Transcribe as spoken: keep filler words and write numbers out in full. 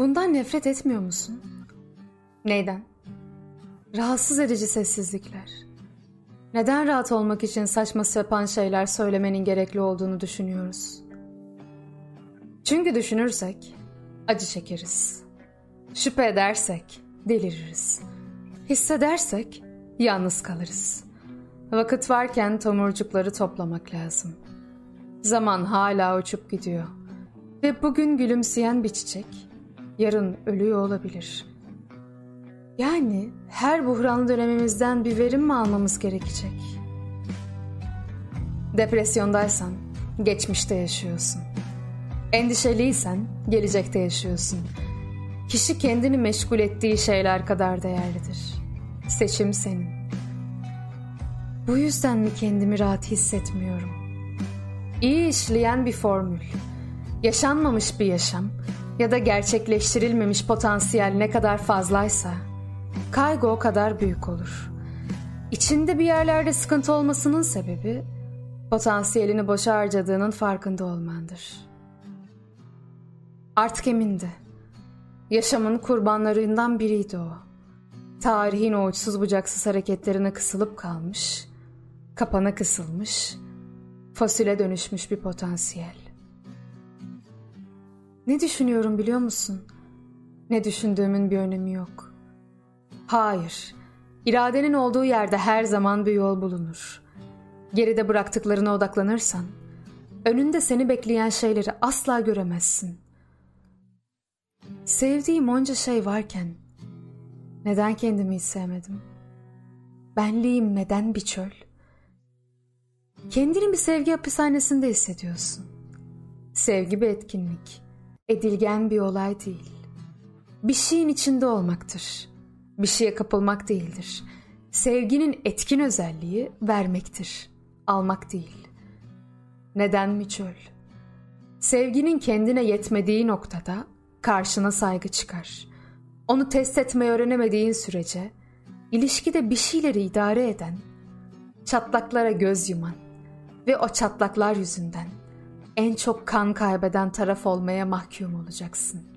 Bundan nefret etmiyor musun? Neyden? Rahatsız edici sessizlikler. Neden rahat olmak için saçma sapan şeyler söylemenin gerekli olduğunu düşünüyoruz? Çünkü düşünürsek acı çekeriz. Şüphe edersek deliririz. Hissedersek yalnız kalırız. Vakit varken tomurcukları toplamak lazım. Zaman hala uçup gidiyor. Ve bugün gülümseyen bir çiçek, yarın ölüyor olabilir. Yani her buhranlı dönemimizden bir verim mi almamız gerekecek? Depresyondaysan geçmişte yaşıyorsun. Endişeliysen gelecekte yaşıyorsun. Kişi kendini meşgul ettiği şeyler kadar değerlidir. Seçim senin. Bu yüzden mi kendimi rahat hissetmiyorum? İyi işleyen bir formül, yaşanmamış bir yaşam ya da gerçekleştirilmemiş potansiyel ne kadar fazlaysa, kaygı o kadar büyük olur. İçinde bir yerlerde sıkıntı olmasının sebebi, potansiyelini boşa harcadığının farkında olmandır. Artık emindi. Yaşamın kurbanlarından biriydi o. Tarihin o uçsuz bucaksız hareketlerine kısılıp kalmış, kapana kısılmış, fosile dönüşmüş bir potansiyel. Ne düşünüyorum biliyor musun? Ne düşündüğümün bir önemi yok. Hayır, iradenin olduğu yerde her zaman bir yol bulunur. Geride bıraktıklarına odaklanırsan, önünde seni bekleyen şeyleri asla göremezsin. Sevdiğim onca şey varken, neden kendimi hiç sevmedim? Benliğim neden bir çöl? Kendini bir sevgi hapishanesinde hissediyorsun. Sevgi bir etkinlik, edilgen bir olay değil. Bir şeyin içinde olmaktır. Bir şeye kapılmak değildir. Sevginin etkin özelliği vermektir, almak değil. Neden mi çöl? Sevginin kendine yetmediği noktada karşına saygı çıkar. Onu test etmeyi öğrenemediğin sürece, ilişkide bir şeyleri idare eden, çatlaklara göz yuman ve o çatlaklar yüzünden en çok kan kaybeden taraf olmaya mahkum olacaksın.